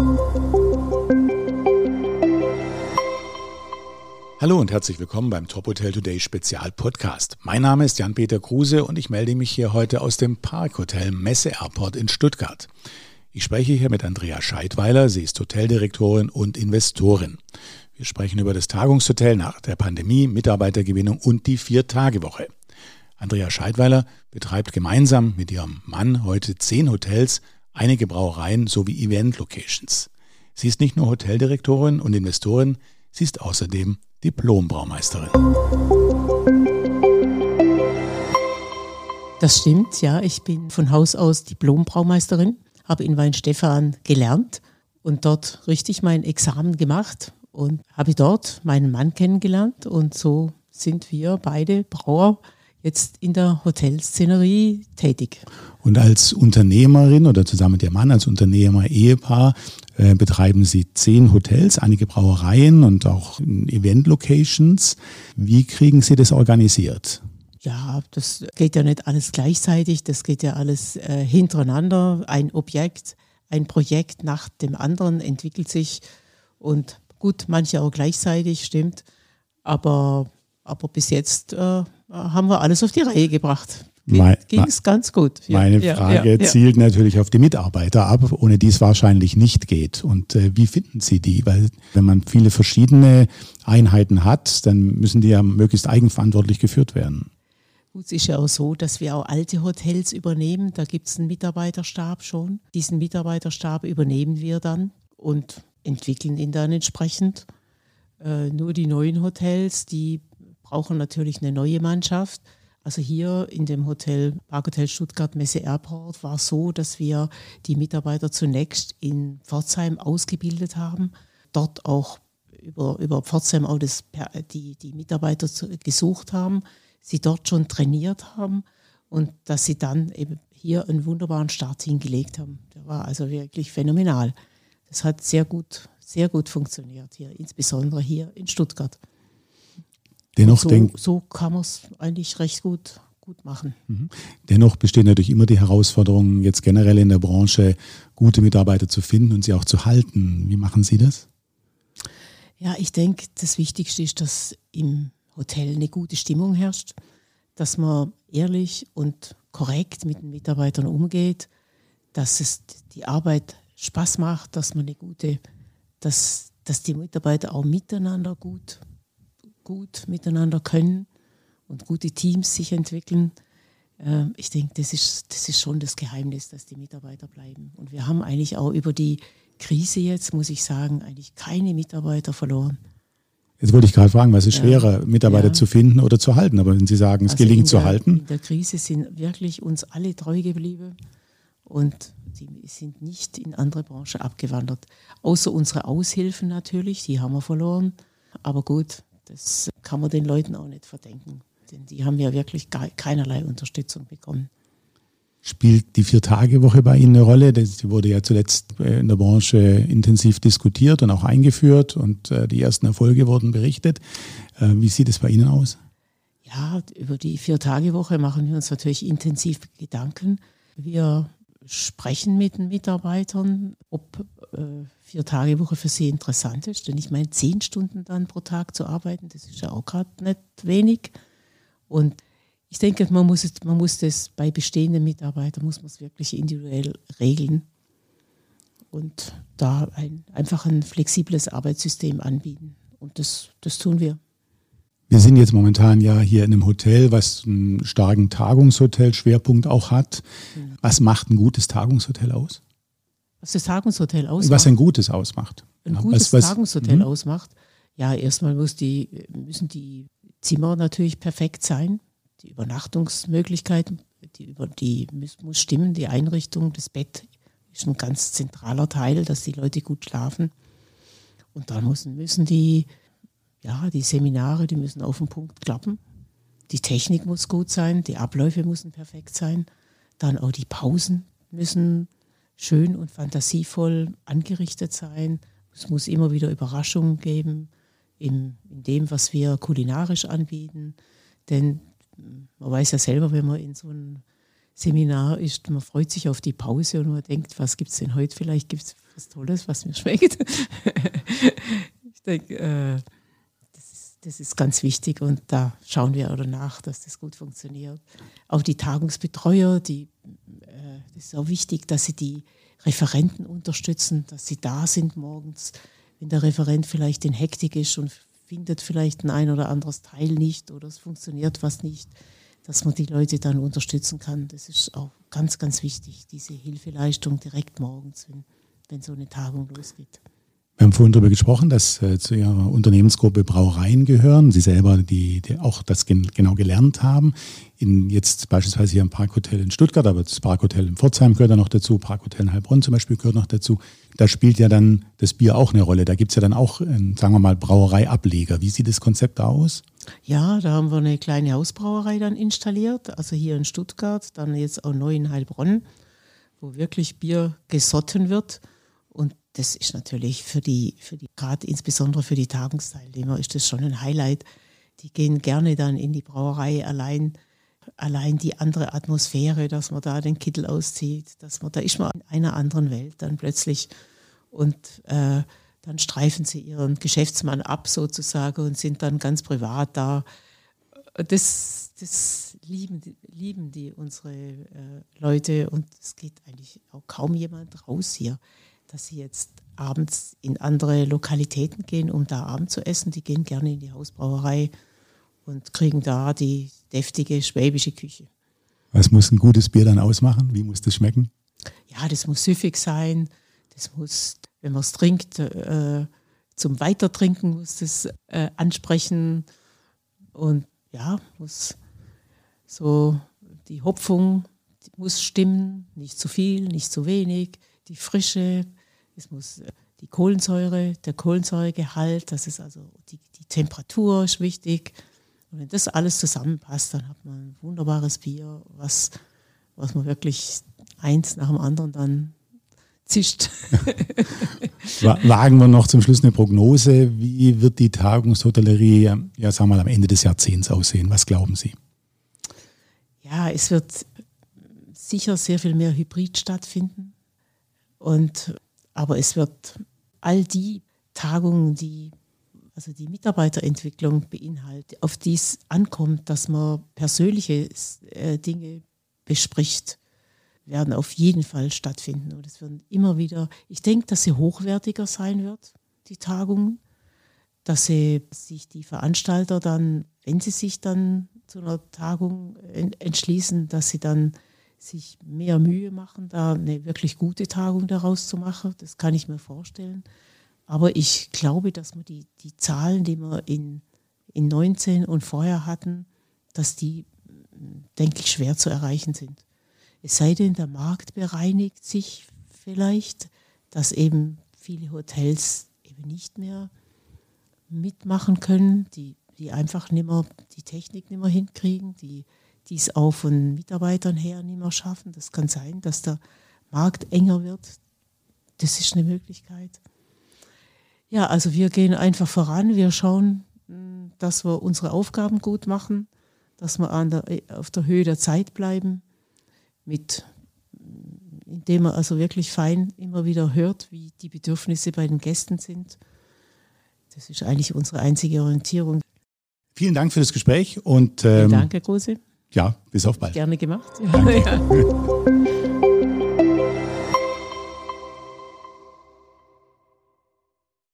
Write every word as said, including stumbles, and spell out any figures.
Hallo und herzlich willkommen beim Top Hotel Today Spezial Podcast. Mein Name ist Jan-Peter Kruse und ich melde mich hier heute aus dem Parkhotel Messe Airport in Stuttgart. Ich spreche hier mit Andrea Scheidweiler, sie ist Hoteldirektorin und Investorin. Wir sprechen über das Tagungshotel nach der Pandemie, Mitarbeitergewinnung und die Vier-Tage-Woche. Andrea Scheidweiler betreibt gemeinsam mit ihrem Mann heute zehn Hotels, einige Brauereien sowie Event-Locations. Sie ist nicht nur Hoteldirektorin und Investorin, sie ist außerdem Diplom-Braumeisterin. Das stimmt, ja. Ich bin von Haus aus Diplom-Braumeisterin, habe in Weinstefan gelernt und dort richtig mein Examen gemacht und habe dort meinen Mann kennengelernt und so sind wir beide Brauer jetzt in der Hotelszenerie tätig. Und als Unternehmerin oder zusammen mit Ihrem Mann als Unternehmer-Ehepaar äh, betreiben Sie zehn Hotels, einige Brauereien und auch Event-Locations. Wie kriegen Sie das organisiert? Ja, das geht ja nicht alles gleichzeitig, das geht ja alles äh, hintereinander. Ein Objekt, ein Projekt nach dem anderen entwickelt sich und gut, manche auch gleichzeitig, stimmt. Aber, aber bis jetzt äh, haben wir alles auf die Reihe gebracht. Ging es ganz gut. Ja, meine Frage ja, ja, zielt ja. natürlich auf die Mitarbeiter ab, ohne die es wahrscheinlich nicht geht. Und äh, wie finden Sie die? Weil wenn man viele verschiedene Einheiten hat, dann müssen die ja möglichst eigenverantwortlich geführt werden. Gut, es ist ja auch so, dass wir auch alte Hotels übernehmen. Da gibt es einen Mitarbeiterstab schon. Diesen Mitarbeiterstab übernehmen wir dann und entwickeln ihn dann entsprechend. Äh, nur die neuen Hotels, die brauchen natürlich eine neue Mannschaft. Also hier in dem Hotel, Parkhotel Stuttgart Messe Airport, war es so, dass wir die Mitarbeiter zunächst in Pforzheim ausgebildet haben, dort auch über, über Pforzheim auch das, die, die Mitarbeiter zu, gesucht haben, sie dort schon trainiert haben und dass sie dann eben hier einen wunderbaren Start hingelegt haben. Der war also wirklich phänomenal. Das hat sehr gut, sehr gut funktioniert hier, insbesondere hier in Stuttgart. Dennoch so, denk, so kann man es eigentlich recht gut, gut machen. Dennoch besteht natürlich immer die Herausforderung, jetzt generell in der Branche gute Mitarbeiter zu finden und sie auch zu halten. Wie machen Sie das? Ja, ich denke, das Wichtigste ist, dass im Hotel eine gute Stimmung herrscht, dass man ehrlich und korrekt mit den Mitarbeitern umgeht, dass es die Arbeit Spaß macht, dass man eine gute, dass, dass die Mitarbeiter auch miteinander gut gut miteinander können und gute Teams sich entwickeln. Ich denke, das ist, das ist schon das Geheimnis, dass die Mitarbeiter bleiben. Und wir haben eigentlich auch über die Krise jetzt, muss ich sagen, eigentlich keine Mitarbeiter verloren. Jetzt wollte ich gerade fragen, was ist schwerer, ja, Mitarbeiter ja. zu finden oder zu halten? Aber wenn Sie sagen, es also gelingt zu der, halten. In der Krise sind wirklich uns alle treu geblieben und sie sind nicht in andere Branchen abgewandert. Außer unsere Aushilfen natürlich, die haben wir verloren. Aber gut, das kann man den Leuten auch nicht verdenken, denn die haben ja wirklich gar, keinerlei Unterstützung bekommen. Spielt die Vier-Tage-Woche bei Ihnen eine Rolle? Die wurde ja zuletzt in der Branche intensiv diskutiert und auch eingeführt und die ersten Erfolge wurden berichtet. Wie sieht es bei Ihnen aus? Ja, über die Vier-Tage-Woche machen wir uns natürlich intensiv Gedanken. Wir sprechen mit den Mitarbeitern, ob äh, Vier-Tage-Woche für sie interessant ist. Denn ich meine, zehn Stunden dann pro Tag zu arbeiten, das ist ja auch gerade nicht wenig. Und ich denke, man muss, es, man muss das bei bestehenden Mitarbeitern, muss man es wirklich individuell regeln und da ein, einfach ein flexibles Arbeitssystem anbieten. Und das, das tun wir. Wir sind jetzt momentan ja hier in einem Hotel, was einen starken Tagungshotel-Schwerpunkt auch hat. Mhm. Was macht ein gutes Tagungshotel aus? Was das Tagungshotel ausmacht? Was ein gutes ausmacht. Ein ja, gutes was, was, Tagungshotel mh. ausmacht? Ja, erstmal muss die, müssen die Zimmer natürlich perfekt sein. Die Übernachtungsmöglichkeiten, die, über, die muss, muss stimmen. Die Einrichtung, das Bett ist ein ganz zentraler Teil, dass die Leute gut schlafen. Und dann müssen, müssen die Ja, die Seminare, die müssen auf den Punkt klappen. Die Technik muss gut sein, die Abläufe müssen perfekt sein. Dann auch die Pausen müssen schön und fantasievoll angerichtet sein. Es muss immer wieder Überraschungen geben in, in dem, was wir kulinarisch anbieten. Denn man weiß ja selber, wenn man in so ein Seminar ist, man freut sich auf die Pause und man denkt, was gibt es denn heute? Vielleicht gibt es was Tolles, was mir schmeckt. Ich denke, äh, das ist, das ist ganz wichtig und da schauen wir auch danach, dass das gut funktioniert. Auch die Tagungsbetreuer, die, äh, das ist auch wichtig, dass sie die Referenten unterstützen, dass sie da sind morgens, wenn der Referent vielleicht in Hektik ist und findet vielleicht ein ein oder anderes Teil nicht oder es funktioniert was nicht, dass man die Leute dann unterstützen kann. Das ist auch ganz, ganz wichtig, diese Hilfeleistung direkt morgens, wenn, wenn so eine Tagung losgeht. Wir haben vorhin darüber gesprochen, dass äh, zu Ihrer Unternehmensgruppe Brauereien gehören. Sie selber, die, die auch das gen- genau gelernt haben. In jetzt beispielsweise hier im Parkhotel in Stuttgart, aber das Parkhotel in Pforzheim gehört da noch dazu, Parkhotel in Heilbronn zum Beispiel gehört noch dazu. Da spielt ja dann das Bier auch eine Rolle. Da gibt es ja dann auch, äh, sagen wir mal, Brauereiableger. Wie sieht das Konzept da aus? Ja, da haben wir eine kleine Hausbrauerei dann installiert, also hier in Stuttgart, dann jetzt auch neu in Heilbronn, wo wirklich Bier gesotten wird. Und das ist natürlich für die, für die, gerade insbesondere für die Tagungsteilnehmer, ist das schon ein Highlight. Die gehen gerne dann in die Brauerei, allein, allein die andere Atmosphäre, dass man da den Kittel auszieht, dass man, da ist man in einer anderen Welt dann plötzlich. Und äh, dann streifen sie ihren Geschäftsmann ab sozusagen und sind dann ganz privat da. Das, das lieben, lieben die unsere äh, Leute und es geht eigentlich auch kaum jemand raus hier, dass sie jetzt abends in andere Lokalitäten gehen, um da Abend zu essen. Die gehen gerne in die Hausbrauerei und kriegen da die deftige schwäbische Küche. Was muss ein gutes Bier dann ausmachen? Wie muss das schmecken? Ja, das muss süffig sein. Das muss, wenn man es trinkt, äh, zum Weitertrinken muss das äh, ansprechen. Und ja, muss so die Hopfung die muss stimmen, nicht zu viel, nicht zu wenig. Die Frische, es muss die Kohlensäure, der Kohlensäuregehalt, das ist also die, die Temperatur ist wichtig. Und wenn das alles zusammenpasst, dann hat man ein wunderbares Bier, was, was man wirklich eins nach dem anderen dann zischt. Wagen wir noch zum Schluss eine Prognose. Wie wird die Tagungshotellerie, ja, sagen wir mal, am Ende des Jahrzehnts aussehen? Was glauben Sie? Ja, es wird sicher sehr viel mehr Hybrid stattfinden. Und, aber es wird all die Tagungen, die also die Mitarbeiterentwicklung beinhaltet, auf die es ankommt, dass man persönliche äh, Dinge bespricht, werden auf jeden Fall stattfinden. Und es werden immer wieder, ich denke, dass sie hochwertiger sein wird, die Tagungen, dass sie sich die Veranstalter dann, wenn sie sich dann zu einer Tagung entschließen, dass sie dann sich mehr Mühe machen, da eine wirklich gute Tagung daraus zu machen. Das kann ich mir vorstellen. Aber ich glaube, dass wir die, die Zahlen, die wir in, in neunzehn und vorher hatten, dass die, denke ich, schwer zu erreichen sind. Es sei denn, der Markt bereinigt sich vielleicht, dass eben viele Hotels eben nicht mehr mitmachen können, die, die einfach nicht mehr, die Technik nicht mehr hinkriegen, die die es auch von Mitarbeitern her nicht mehr schaffen. Das kann sein, dass der Markt enger wird. Das ist eine Möglichkeit. Ja, also wir gehen einfach voran. Wir schauen, dass wir unsere Aufgaben gut machen, dass wir an der, auf der Höhe der Zeit bleiben, mit, indem man also wirklich fein immer wieder hört, wie die Bedürfnisse bei den Gästen sind. Das ist eigentlich unsere einzige Orientierung. Vielen Dank für das Gespräch und ähm, Danke, Große. Ja, bis auf bald. Gerne gemacht. Ja, ja.